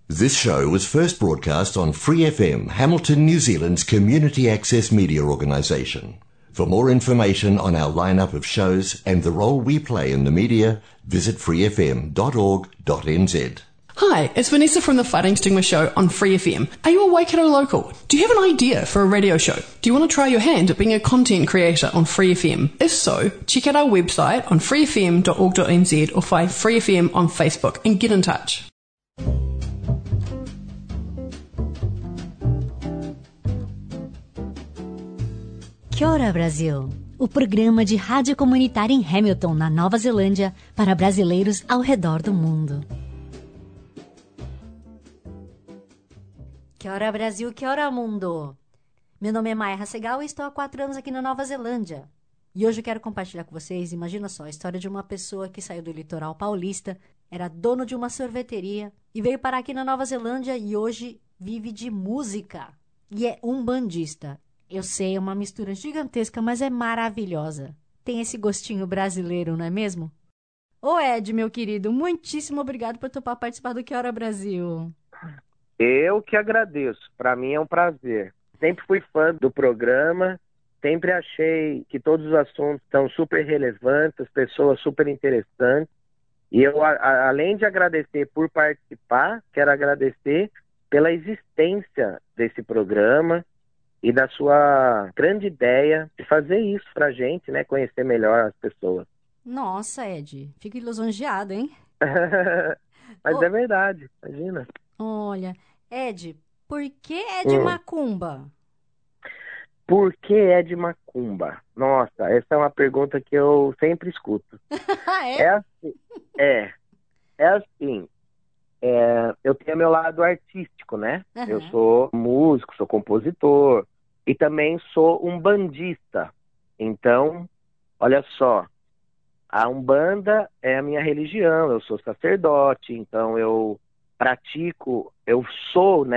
This show was first broadcast on Free FM, Hamilton, New Zealand's community access media organisation. For more information on our lineup of shows and the role we play in the media, visit freefm.org.nz. Hi, it's Vanessa from the Fighting Stigma Show on Free FM. Are you a Waikato local? Do you have an idea for a radio show? Do you want to try your hand at being a content creator on Free FM? If so, check out our website on freefm.org.nz or find Free FM on Facebook and get in touch. Kia ora, Brasil! O programa de rádio comunitária em Hamilton, na Nova Zelândia, para brasileiros ao redor do mundo. Kia ora, Brasil! Kia ora, mundo! Meu nome é Maia Hasegawa e estou há 4 anos aqui na Nova Zelândia. E hoje eu quero compartilhar com vocês, imagina só, a história de uma pessoa que saiu do litoral paulista, era dono de uma sorveteria e veio parar aqui na Nova Zelândia e hoje vive de música. E é umbandista. Eu sei, é uma mistura gigantesca, mas é maravilhosa. Tem esse gostinho brasileiro, não é mesmo? Ô Ed, meu querido, muitíssimo obrigado por topar participar do Kia ora, Brasil. Eu que agradeço. Para mim é um prazer. Sempre fui fã do programa, sempre achei que todos os assuntos estão super relevantes, as pessoas super interessantes. E eu, além de agradecer por participar, quero agradecer pela existência desse programa e da sua grande ideia de fazer isso pra gente, né? Conhecer melhor as pessoas. Nossa, Ed, fico lisonjeado, hein? Mas é verdade, imagina. Olha, Ed, por que é de macumba? Por que é de macumba? Nossa, essa é uma pergunta que eu sempre escuto. Eu tenho meu lado artístico, né? Uhum. Eu sou músico, sou compositor e também sou umbandista. Então, olha só, a Umbanda é a minha religião, eu sou sacerdote, então eu pratico, eu sou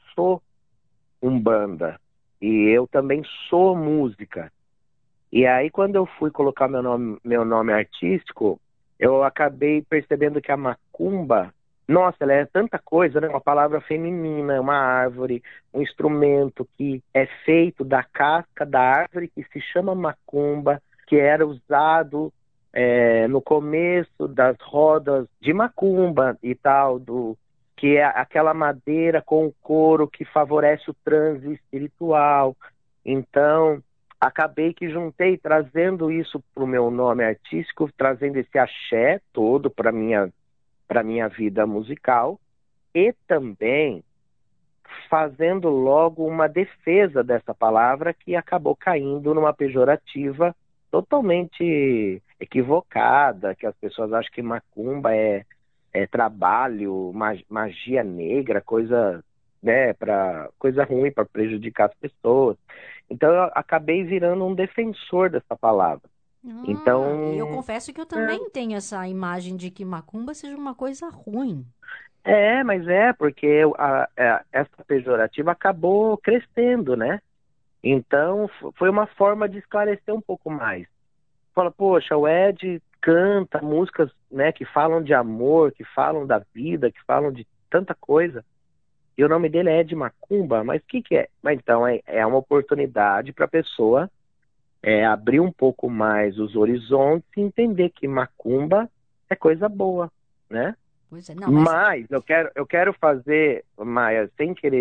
Umbanda e eu também sou música. E aí quando eu fui colocar meu nome artístico, eu acabei percebendo que a macumba, nossa, ela é tanta coisa, né? Uma palavra feminina, uma árvore, um instrumento que é feito da casca da árvore que se chama macumba, que era usado no começo das rodas de macumba e tal, que é aquela madeira com o couro que favorece o transe espiritual. Então, acabei que juntei, trazendo isso para o meu nome artístico, trazendo esse axé todo para minha vida musical e também fazendo logo uma defesa dessa palavra que acabou caindo numa pejorativa totalmente equivocada, que as pessoas acham que macumba é trabalho, magia negra, coisa, né, coisa ruim para prejudicar as pessoas. Então eu acabei virando um defensor dessa palavra. Então, eu confesso que eu também tenho essa imagem de que macumba seja uma coisa ruim. Mas porque essa pejorativa acabou crescendo, né? Então, foi uma forma de esclarecer um pouco mais. Fala, poxa, o Ed canta músicas, né, que falam de amor, que falam da vida, que falam de tanta coisa. E o nome dele é Ed Macumba, mas o que é? Mas então, é uma oportunidade para a pessoa abrir um pouco mais os horizontes e entender que macumba é coisa boa, né? Pois é, não, mas eu quero fazer, Maia, sem querer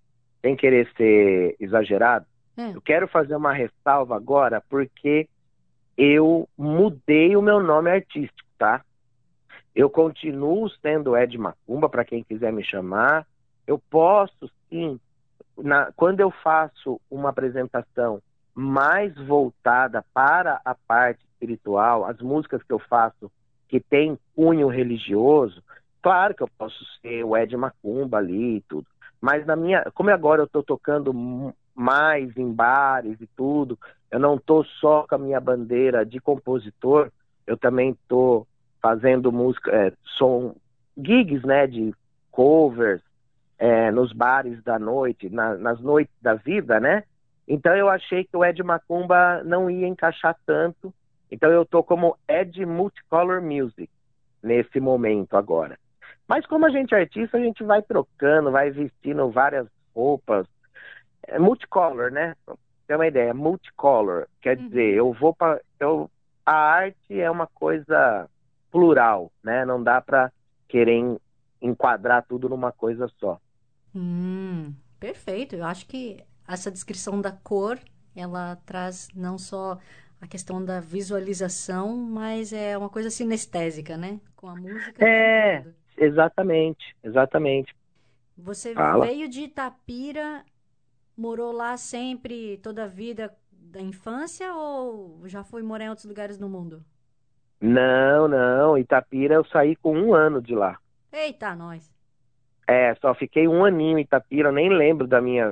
ser exagerado, eu quero fazer uma ressalva agora, porque eu mudei o meu nome artístico, tá? Eu continuo sendo Ed Macumba, para quem quiser me chamar. Eu posso, sim, quando eu faço uma apresentação mais voltada para a parte espiritual, as músicas que eu faço que tem cunho religioso, claro que eu posso ser o Ed Macumba ali e tudo, mas como agora eu estou tocando mais em bares e tudo, eu não estou só com a minha bandeira de compositor, eu também estou fazendo música, gigs, né, de covers, nos bares da noite, nas noites da vida, né? Então eu achei que o Ed Macumba não ia encaixar tanto. Então eu tô como Ed Multicolor Music nesse momento agora. Mas como a gente é artista, a gente vai trocando, vai vestindo várias roupas. É multicolor, né? Pra ter uma ideia, multicolor. Quer dizer, a arte é uma coisa plural, né? Não dá para querer enquadrar tudo numa coisa só. Perfeito. Eu acho que essa descrição da cor, ela traz não só a questão da visualização, mas é uma coisa sinestésica, né? Com a música É, juntando. exatamente, exatamente. Você Fala. veio de Itapira, morou lá sempre, toda a vida da infância, ou já foi morar em outros lugares do mundo? Não, não, Itapira eu saí com 1 ano de lá. Eita, nós. Só fiquei 1 aninho em Itapira, eu nem lembro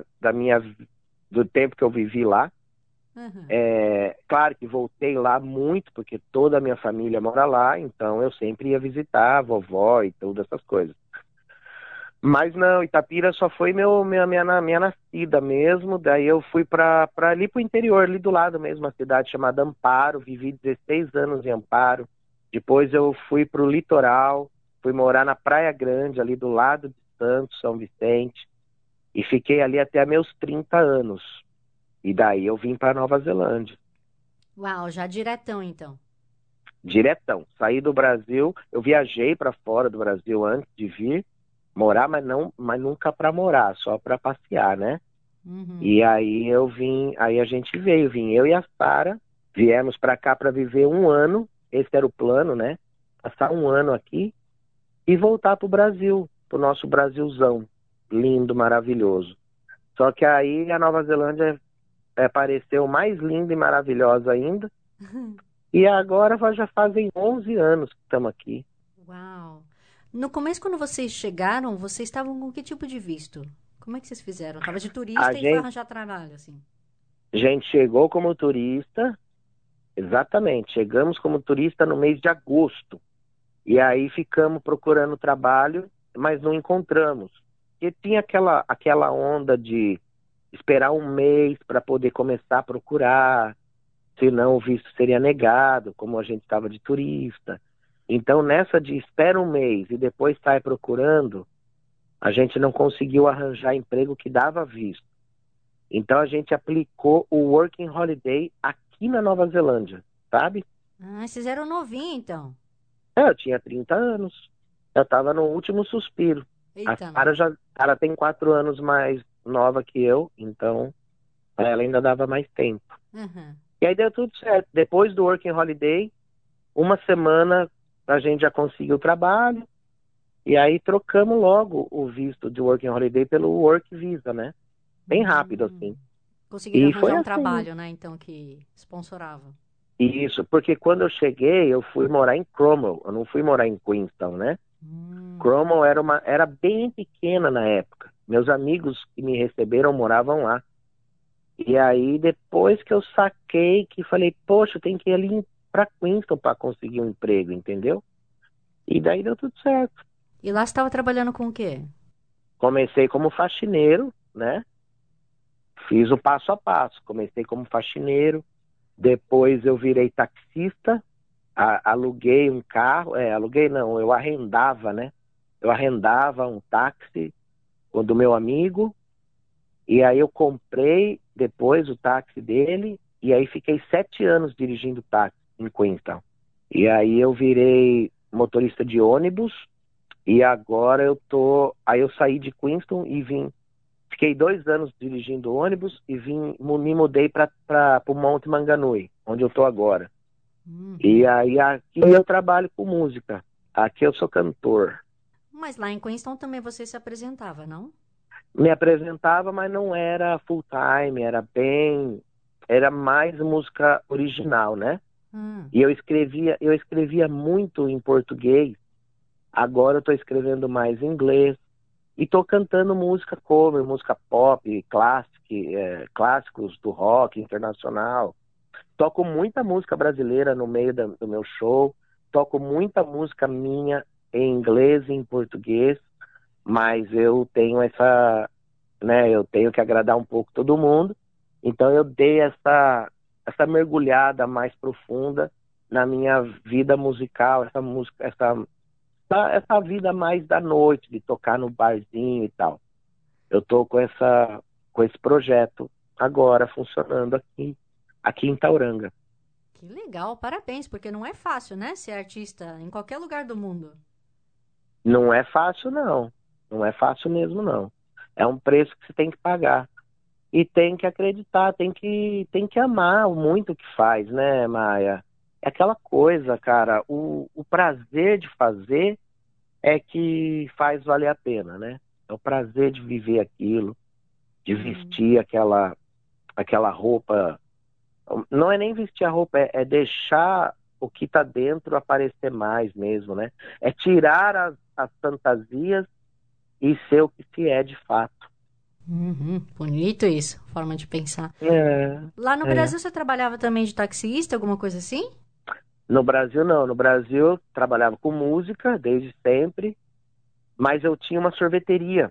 do tempo que eu vivi lá. Uhum. Claro que voltei lá muito, porque toda a minha família mora lá, então eu sempre ia visitar a vovó e todas essas coisas. Mas não, Itapira só foi minha nascida mesmo, daí eu fui para ali pro interior, ali do lado mesmo, uma cidade chamada Amparo, vivi 16 anos em Amparo, depois eu fui pro litoral, fui morar na Praia Grande, ali do lado de Santos, São Vicente, e fiquei ali até meus 30 anos, e daí eu vim para Nova Zelândia. Uau, já diretão, então. Diretão. Saí do Brasil, eu viajei para fora do Brasil antes de vir morar, mas nunca para morar, só para passear, né? Uhum. E aí aí a gente vim eu e a Sara, viemos para cá para viver 1 ano, esse era o plano, né? Passar 1 ano aqui e voltar pro Brasil, pro nosso Brasilzão, lindo, maravilhoso. Só que aí a Nova Zelândia pareceu mais linda e maravilhosa ainda. E agora já fazem 11 anos que estamos aqui. Uau. No começo, quando vocês chegaram, vocês estavam com que tipo de visto? Como é que vocês fizeram? Tava de A turista e foi gente, arranjar trabalho, assim. a gente chegou como turista, exatamente, chegamos como turista no mês de agosto. E aí ficamos procurando trabalho, mas não encontramos. E tinha aquela onda de esperar 1 mês para poder começar a procurar, senão o visto seria negado, como a gente estava de turista. Então, nessa de espera 1 mês e depois sai procurando, a gente não conseguiu arranjar emprego que dava visto. Então, a gente aplicou o Working Holiday aqui na Nova Zelândia, sabe? Ah, vocês eram novinhos, então. Eu tinha 30 anos. Eu estava no último suspiro. A Eita, Sara nós. Sara tem 4 anos mais nova que eu, então ela ainda dava mais tempo. Uhum. E aí deu tudo certo. Depois do Working Holiday, 1 semana a gente já conseguiu trabalho. E aí trocamos logo o visto de Working Holiday pelo Work Visa, né? Bem rápido assim. Conseguiram E foi arranjar um assim. trabalho, né, então, que sponsorava. Isso, porque quando eu cheguei, eu fui morar em Cromwell. Eu não fui morar em Queenstown, né? Cromwell era bem pequena na época. Meus amigos que me receberam moravam lá. E aí, depois que eu saquei, que falei, poxa, eu tenho que ir ali pra Queenstown para conseguir um emprego, entendeu? E daí deu tudo certo. E lá você estava trabalhando com o quê? Comecei como faxineiro, né? Fiz o passo a passo. Comecei como faxineiro, depois eu virei taxista, aluguei um carro, aluguei não, eu arrendava, né? Eu arrendava um táxi do meu amigo, e aí eu comprei depois o táxi dele, e aí fiquei 7 anos dirigindo táxi em Queenstown. E aí eu virei motorista de ônibus, e agora aí eu saí de Queenstown e fiquei 2 anos dirigindo ônibus e me mudei para o Monte Manganui, onde eu tô agora. E aí aqui eu trabalho com música, aqui eu sou cantor. Mas lá em Queenstown também você se apresentava, não? Me apresentava, mas não era full time, era mais música original, né? E eu escrevia muito em português, agora eu estou escrevendo mais em inglês, e estou cantando música cover, música pop, clássicos do rock internacional. Toco muita música brasileira no meio do meu show, toco muita música minha em inglês e em português, mas eu tenho eu tenho que agradar um pouco todo mundo, então eu dei essa mergulhada mais profunda na minha vida musical, essa vida mais da noite, de tocar no barzinho e tal. Eu tô com esse projeto agora funcionando aqui em Tauranga. Que legal, parabéns, porque não é fácil, né, ser artista em qualquer lugar do mundo. Não é fácil, não. Não é fácil mesmo, não. É um preço que você tem que pagar. E tem que acreditar, tem que amar muito o que faz, né, Maia? É aquela coisa, cara, o prazer de fazer é que faz valer a pena, né? É o prazer de viver aquilo, de vestir aquela roupa. Não é nem vestir a roupa, é deixar o que tá dentro aparecer mais mesmo, né? É tirar as fantasias e ser o que se é de fato. Uhum, bonito isso, forma de pensar. É, Lá no é. Brasil você trabalhava também de taxista, alguma coisa assim? No Brasil, não. No Brasil, eu trabalhava com música desde sempre, mas eu tinha uma sorveteria.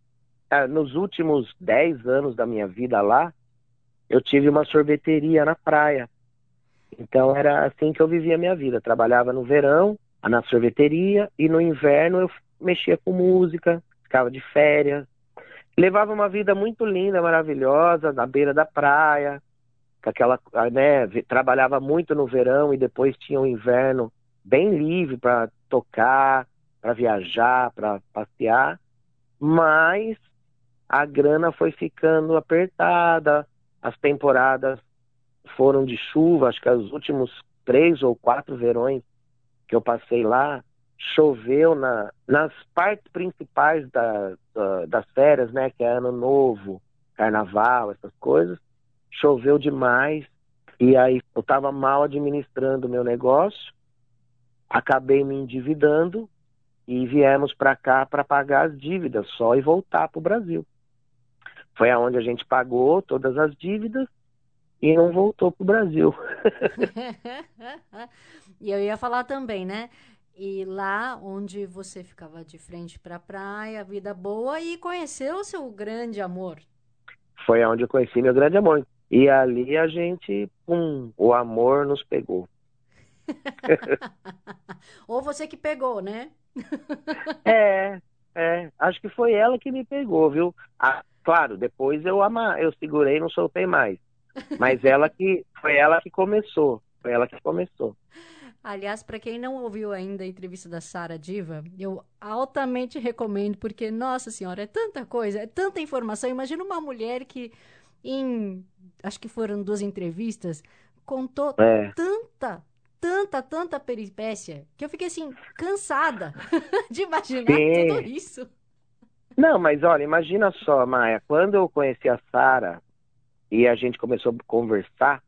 Nos últimos 10 anos da minha vida lá, eu tive uma sorveteria na praia. Então, era assim que eu vivia a minha vida. Trabalhava no verão, na sorveteria, e no inverno eu mexia com música, ficava de férias. Levava uma vida muito linda, maravilhosa, na beira da praia, com aquela, né, trabalhava muito no verão e depois tinha o inverno bem livre para tocar, para viajar, para passear, mas a grana foi ficando apertada, as temporadas foram de chuva, acho que os últimos 3 ou 4 verões que eu passei lá, choveu nas partes principais das férias, né, que é Ano Novo, Carnaval, essas coisas, choveu demais, e aí eu estava mal administrando o meu negócio, acabei me endividando e viemos para cá para pagar as dívidas só e voltar para o Brasil. Foi aonde a gente pagou todas as dívidas e não voltou para o Brasil. E eu ia falar também, né? E lá onde você ficava de frente para a praia, vida boa, e conheceu o seu grande amor. Foi aonde eu conheci meu grande amor. E ali o amor nos pegou. Ou você que pegou, né? É, acho que foi ela que me pegou, viu? Claro, depois eu segurei e não soltei mais. Mas foi ela que começou. Foi ela que começou. Aliás, para quem não ouviu ainda a entrevista da Sara Diva, eu altamente recomendo, porque, nossa senhora, é tanta coisa, é tanta informação. Imagina uma mulher que, acho que foram 2 entrevistas, contou É, tanta peripécia, que eu fiquei assim, cansada de imaginar tudo sim. isso. Não, mas olha, imagina só, Maia, quando eu conheci a Sara e a gente começou a conversar,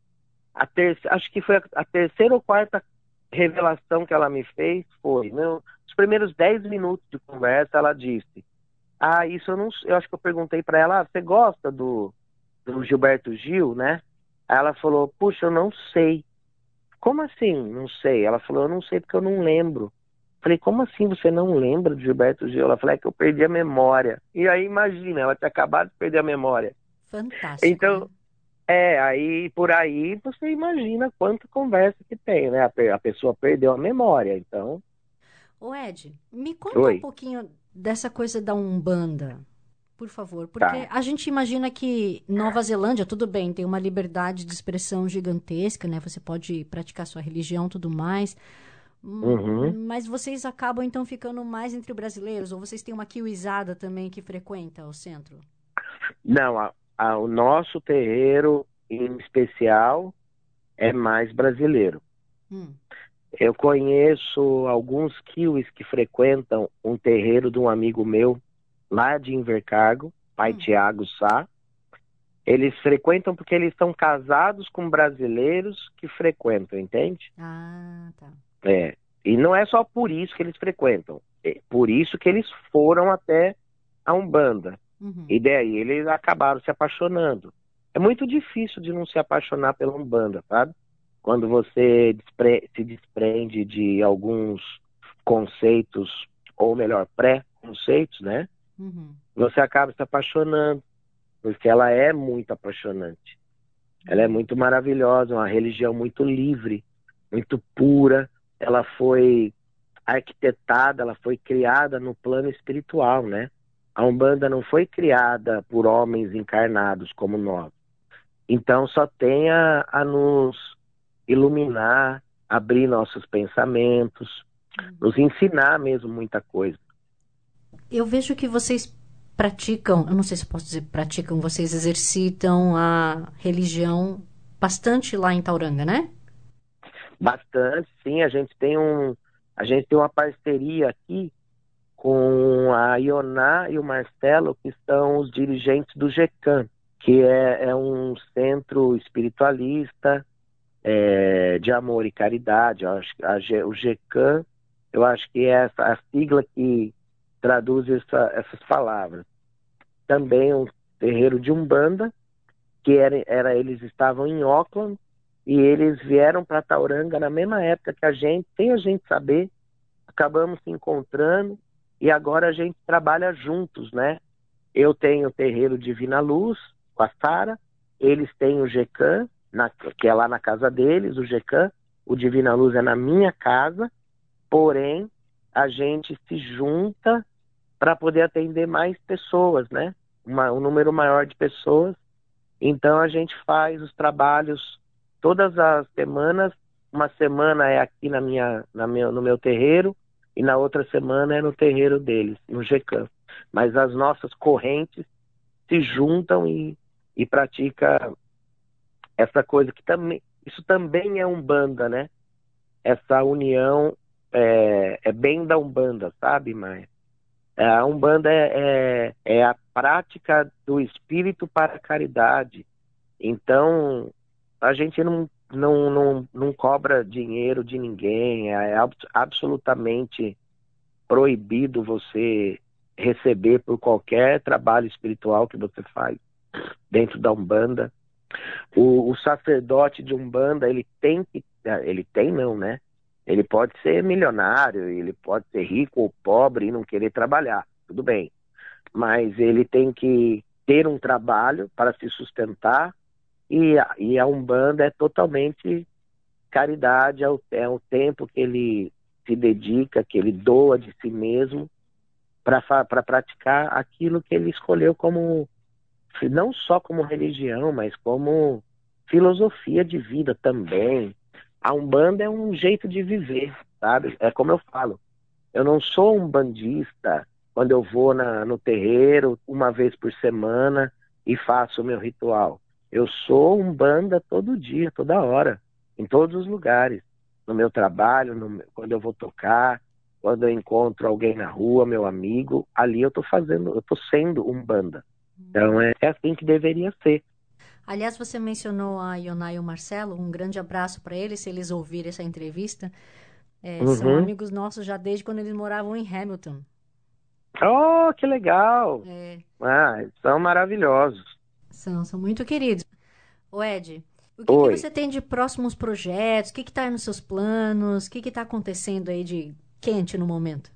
acho que foi a terceira ou quarta revelação que ela me fez foi, nos primeiros 10 minutos de conversa, ela disse, isso eu acho que eu perguntei para ela, você gosta do Gilberto Gil, né? Aí ela falou, puxa, eu não sei. Como assim? Não sei. Ela falou, eu não sei porque eu não lembro. Falei, como assim você não lembra do Gilberto Gil? Ela falou, é que eu perdi a memória. E aí, imagina, ela tinha acabado de perder a memória. Fantástico, né? Então, aí por aí você imagina quanta conversa que tem, né? A pessoa perdeu a memória, então. Ô Ed, me conta um Oi, pouquinho dessa coisa da Umbanda, por favor, porque tá. a gente imagina que Nova Zelândia, tudo bem, tem uma liberdade de expressão gigantesca, né? Você pode praticar sua religião, tudo mais, Uhum. mas vocês acabam então ficando mais entre brasileiros, ou vocês têm uma kiwizada também que frequenta o centro? Não, o nosso terreiro, em especial, é mais brasileiro. Hum, Eu conheço alguns kiwis que frequentam um terreiro de um amigo meu, lá de Invercargo, pai hum. Tiago Sá. Eles frequentam porque eles são casados com brasileiros que frequentam, entende? Ah, tá. É. E não é só por isso que eles frequentam. É por isso que eles foram até a Umbanda. Uhum. E daí eles acabaram se apaixonando. É muito difícil de não se apaixonar pela Umbanda, sabe? Quando você se desprende de alguns conceitos, ou melhor, pré-conceitos, né? Uhum. Você acaba se apaixonando, porque ela é muito apaixonante. Ela é Uhum. muito maravilhosa, uma religião muito livre, muito pura. Ela foi arquitetada, ela foi criada no plano espiritual, né? A Umbanda não foi criada por homens encarnados como nós. Então só tem a nos iluminar, abrir nossos pensamentos, nos ensinar mesmo muita coisa. Eu vejo que vocês praticam, eu não sei se eu posso dizer praticam, vocês exercitam a religião bastante lá em Tauranga, né? Bastante, sim. A gente tem uma parceria aqui com a Ioná e o Marcelo, que são os dirigentes do GECAM, que é um centro espiritualista de amor e caridade. Eu acho, o GECAM, eu acho que é a sigla que traduz essas palavras. Também um terreiro de Umbanda, que eles estavam em Auckland, e eles vieram para Tauranga na mesma época que a gente, sem a gente saber, acabamos se encontrando, e agora a gente trabalha juntos, né? Eu tenho o terreiro Divina Luz, com a Sara, eles têm o GECAM, que é lá na casa deles, o GECAM, o Divina Luz é na minha casa, porém, a gente se junta para poder atender mais pessoas, né? Um número maior de pessoas. Então a gente faz os trabalhos todas as semanas. Uma semana é aqui no meu terreiro e na outra semana é no terreiro deles, no GECAM. Mas as nossas correntes se juntam e praticam essa coisa que também, isso também é Umbanda, né? Essa união é bem da Umbanda, sabe, Maia? A Umbanda é a prática do espírito para a caridade. Então, a gente não cobra dinheiro de ninguém. É absolutamente proibido você receber por qualquer trabalho espiritual que você faz dentro da Umbanda. O sacerdote de Umbanda, ele tem não, né? Ele pode ser milionário, ele pode ser rico ou pobre e não querer trabalhar, tudo bem. Mas ele tem que ter um trabalho para se sustentar e a Umbanda é totalmente caridade, é o tempo que ele se dedica, que ele doa de si mesmo para praticar aquilo que ele escolheu como, não só como religião, mas como filosofia de vida também. A Umbanda é um jeito de viver, sabe? É como eu falo, eu não sou um bandista quando eu vou no terreiro uma vez por semana e faço o meu ritual. Eu sou Umbanda todo dia, toda hora, em todos os lugares. No meu trabalho, quando eu vou tocar, quando eu encontro alguém na rua, meu amigo, ali eu tô sendo Umbanda. Então é assim que deveria ser. Aliás, você mencionou a Ioná e o Marcelo, um grande abraço para eles, se eles ouvirem essa entrevista. São amigos nossos já desde quando eles moravam em Hamilton. Oh, que legal! São maravilhosos. São muito queridos. O Ed, o que você tem de próximos projetos? O que está nos seus planos? O que está acontecendo aí de quente no momento?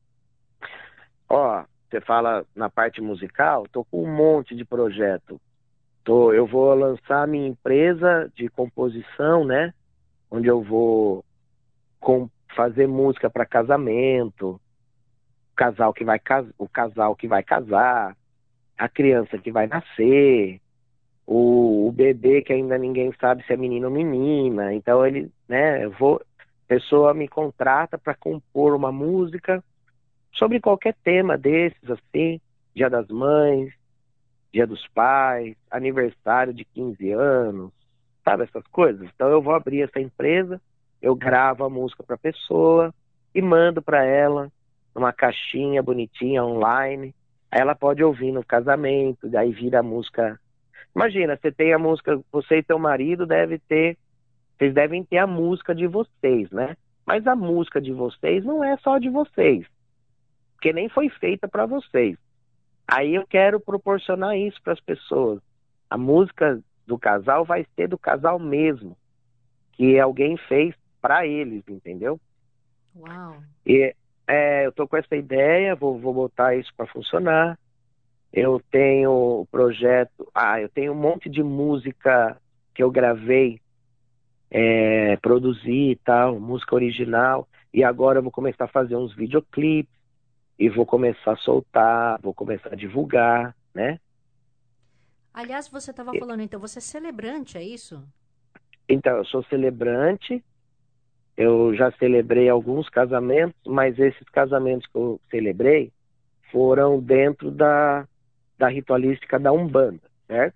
Você fala na parte musical, tô com um monte de projeto. Eu vou lançar minha empresa de composição, né? Onde eu vou fazer música para casamento, o casal que vai casar, a criança que vai nascer, o bebê que ainda ninguém sabe se é menino ou menina. Então a pessoa me contrata para compor uma música sobre qualquer tema desses, assim, Dia das Mães, Dia dos Pais, aniversário de 15 anos, sabe, essas coisas. Então eu vou abrir essa empresa, eu gravo a música para a pessoa e mando para ela numa caixinha bonitinha online. Aí ela pode ouvir no casamento, daí vira a música. Imagina, você tem a música, você e teu marido vocês devem ter a música de vocês, né? Mas a música de vocês não é só de vocês, porque nem foi feita para vocês. Aí eu quero proporcionar isso para as pessoas. A música do casal vai ser do casal mesmo, que alguém fez para eles, entendeu? Uau! E eu tô com essa ideia, vou botar isso para funcionar. Eu tenho o projeto, eu tenho um monte de música que eu gravei, produzi e tal, música original. E agora eu vou começar a fazer uns videoclipes e vou começar a soltar, vou começar a divulgar, né? Aliás, você estava falando, então, você é celebrante, é isso? Então, eu sou celebrante, eu já celebrei alguns casamentos, mas esses casamentos que eu celebrei foram dentro da ritualística da Umbanda, certo?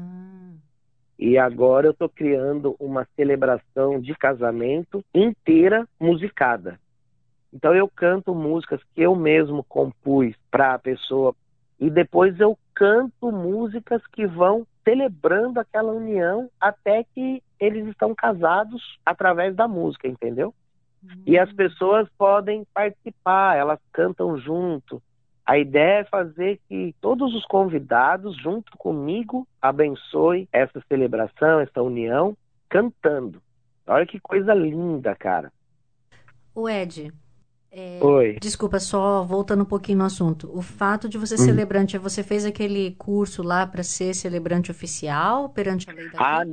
E agora eu estou criando uma celebração de casamento inteira musicada. Então eu canto músicas que eu mesmo compus para a pessoa e depois eu canto músicas que vão celebrando aquela união até que eles estão casados através da música, entendeu? E as pessoas podem participar, elas cantam junto. A ideia é fazer que todos os convidados, junto comigo, abençoem essa celebração, essa união, cantando. Olha que coisa linda, cara. O Ed, Oi. desculpa, só voltando um pouquinho no assunto. O fato de você ser celebrante, você fez aquele curso lá para ser celebrante oficial perante a lei daqui? Ah,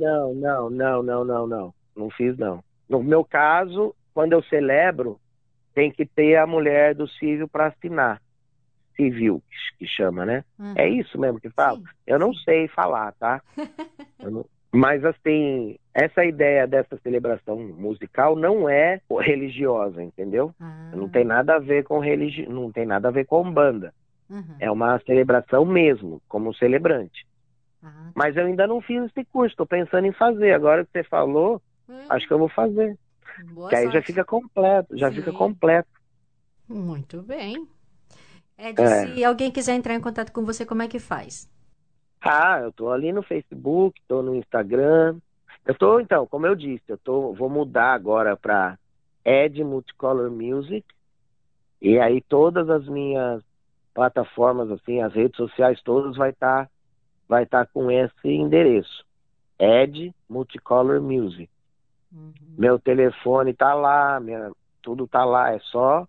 não. Não fiz, não. No meu caso, quando eu celebro, tem que ter a mulher do civil para assinar. Civil, que chama, né? É isso mesmo que fala? Sim, Eu não sei falar, tá? Mas, assim, essa ideia dessa celebração musical não é religiosa, entendeu? Não tem nada a ver com não tem nada a ver com banda. É uma celebração mesmo, como celebrante. Mas eu ainda não fiz esse curso, estou pensando em fazer. Agora que você falou, acho que eu vou fazer. Boa Que aí já sorte. fica completo, fica completo. Muito bem. Ed, É. se alguém quiser entrar em contato com você, como é que faz? Ah, eu tô ali no Facebook, tô no Instagram. Então, como eu disse, vou mudar agora para Ed Multicolor Music. E aí todas as minhas plataformas, assim, as redes sociais todas vai tá com esse endereço. Ed Multicolor Music. Meu telefone tá lá, tudo tá lá, é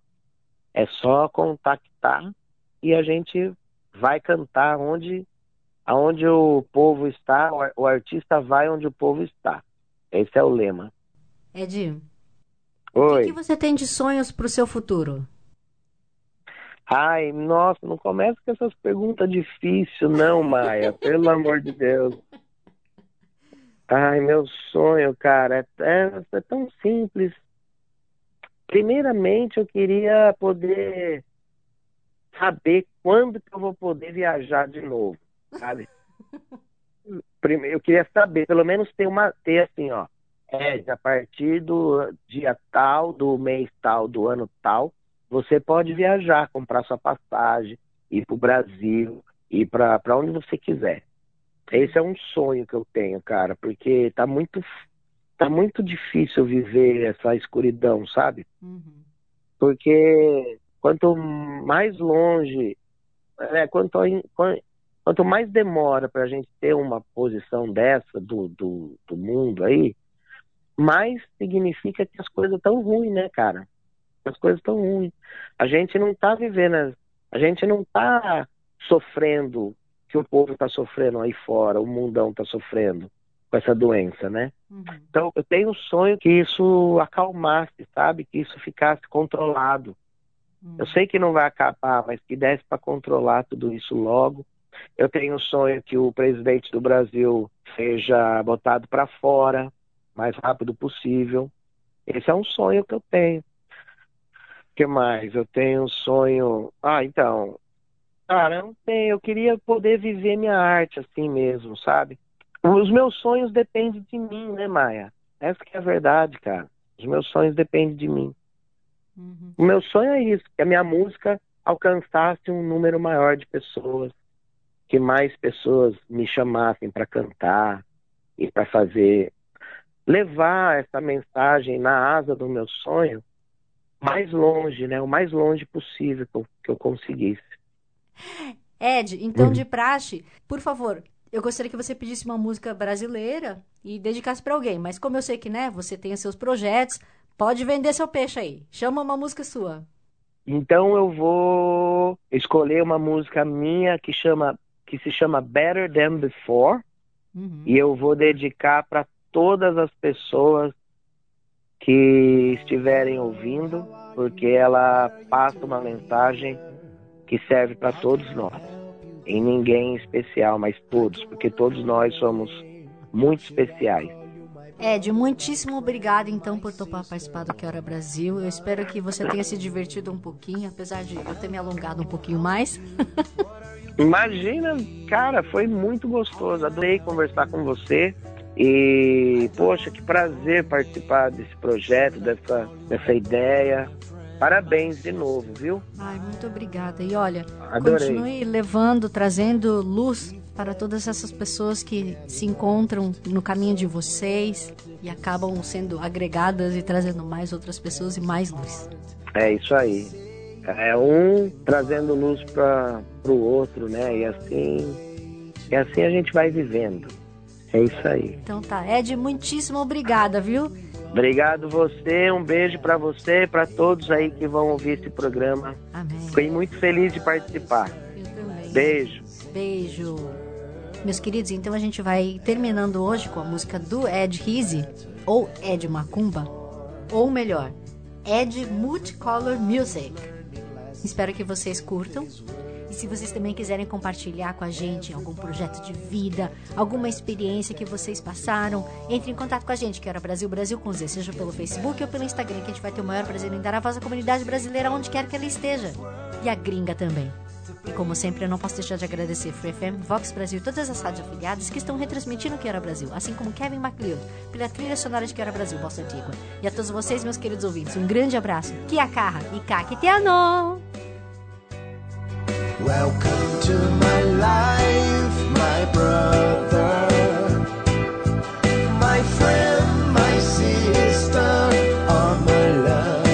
só contactar e a gente vai cantar aonde o povo está, o artista vai onde o povo está. Esse é o lema. Ed, o que Oi. você tem de sonhos para o seu futuro? Ai, nossa, não começa com essas perguntas difíceis, não, Maia. Pelo amor de Deus. Ai, meu sonho, cara, é tão simples. Primeiramente, eu queria poder saber quando que eu vou poder viajar de novo, sabe? Primeiro, eu queria saber, pelo menos ter assim, ó, a partir do dia tal, do mês tal, do ano tal, você pode viajar, comprar sua passagem, ir para o Brasil, ir para onde você quiser. Esse é um sonho que eu tenho, cara, porque tá muito difícil viver essa escuridão, sabe? Porque quanto mais longe, quanto mais demora para a gente ter uma posição dessa do mundo aí, mais significa que as coisas estão ruins, né, cara? As coisas estão ruins. A gente não tá vivendo, a gente não tá sofrendo que o povo tá sofrendo aí fora, o mundão tá sofrendo com essa doença, né? Então, eu tenho um sonho que isso acalmasse, sabe? Que isso ficasse controlado. Eu sei que não vai acabar, mas que desse para controlar tudo isso logo. Eu tenho um sonho que o presidente do Brasil seja botado para fora o mais rápido possível. Esse é um sonho que eu tenho. O que mais? Eu tenho um sonho... então... Cara, eu não tenho. Eu queria poder viver minha arte assim mesmo, sabe? Os meus sonhos dependem de mim, né, Maia? Essa que é a verdade, cara. Os meus sonhos dependem de mim. O meu sonho é isso, que a minha música alcançasse um número maior de pessoas, que mais pessoas me chamassem para cantar e para levar essa mensagem na asa do meu sonho mais longe, né? O mais longe possível que eu conseguisse. Ed, então de praxe, por favor, eu gostaria que você pedisse uma música brasileira e dedicasse para alguém, mas como eu sei que, né, você tem os seus projetos, pode vender seu peixe aí. Chama uma música sua. Então eu vou escolher uma música minha que se chama Better Than Before, e eu vou dedicar para todas as pessoas que estiverem ouvindo, porque ela passa uma mensagem que serve para todos nós. Em ninguém especial, mas todos, porque todos nós somos muito especiais. Ed, muitíssimo obrigado então por topar participar do Que Hora Brasil. Eu espero que você tenha se divertido um pouquinho, apesar de eu ter me alongado um pouquinho mais. Imagina, cara, foi muito gostoso. Adorei conversar com você. E, poxa, que prazer participar desse projeto, dessa ideia. Parabéns de novo, viu? Ai, muito obrigada. E olha, adorei. Continue levando, trazendo luz para todas essas pessoas que se encontram no caminho de vocês e acabam sendo agregadas e trazendo mais outras pessoas e mais luz. É isso aí. É um trazendo luz para o outro, né? E assim a gente vai vivendo. É isso aí. Então tá, Ed, muitíssimo obrigada, viu? Obrigado você, um beijo para você e para todos aí que vão ouvir esse programa. Amém. Fiquei muito feliz de participar. Eu também. Beijo. Beijo. Meus queridos, então a gente vai terminando hoje com a música do Ed Rizzi, ou Ed Macumba, ou melhor, Ed Multicolor Music. Espero que vocês curtam. E se vocês também quiserem compartilhar com a gente algum projeto de vida, alguma experiência que vocês passaram, entre em contato com a gente, Que Hora Brasil, Brasil com Z, seja pelo Facebook ou pelo Instagram, que a gente vai ter o maior prazer em dar a voz à comunidade brasileira onde quer que ela esteja. E a gringa também. E como sempre, eu não posso deixar de agradecer Free FM, Vox Brasil e todas as rádios afiliadas que estão retransmitindo Que Hora Brasil, assim como Kevin MacLeod, pela trilha sonora de Que Hora Brasil, Bossa Antigua. E a todos vocês, meus queridos ouvintes, um grande abraço. Kia kaha e kakiteano! Welcome to my life, my brother, my friend, my sister, all my love.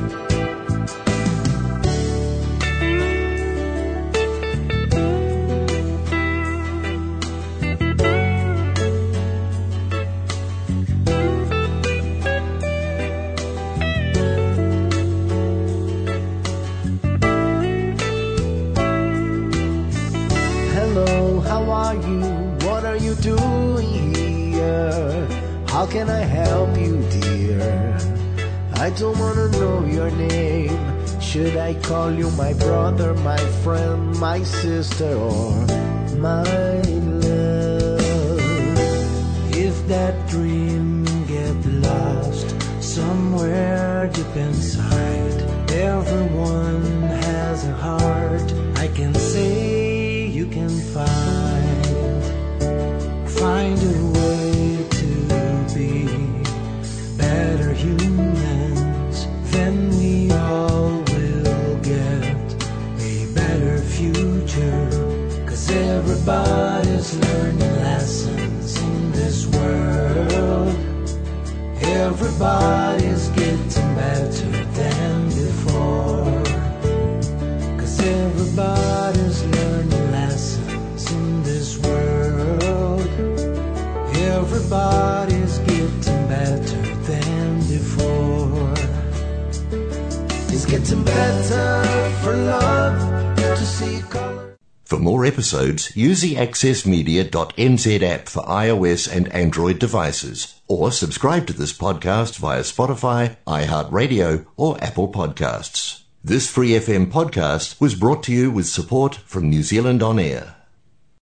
How are you? What are you doing here? How can I help you, dear? I don't wanna know your name. Should I call you my brother, my friend, my sister, or my love? If that dream get lost somewhere deep inside, everyone has a heart. I can say you can find a way to be better humans, then we all will get a better future, 'cause everybody's learning lessons in this world. Everybody's getting better than before, 'cause everybody's learning lessons in this world. Everybody's getting better than before. It's getting better for love to see color. For more episodes, use the accessmedia.nz app for iOS and Android devices, or subscribe to this podcast via Spotify, iHeartRadio, or Apple Podcasts. This Free FM podcast was brought to you with support from New Zealand On Air.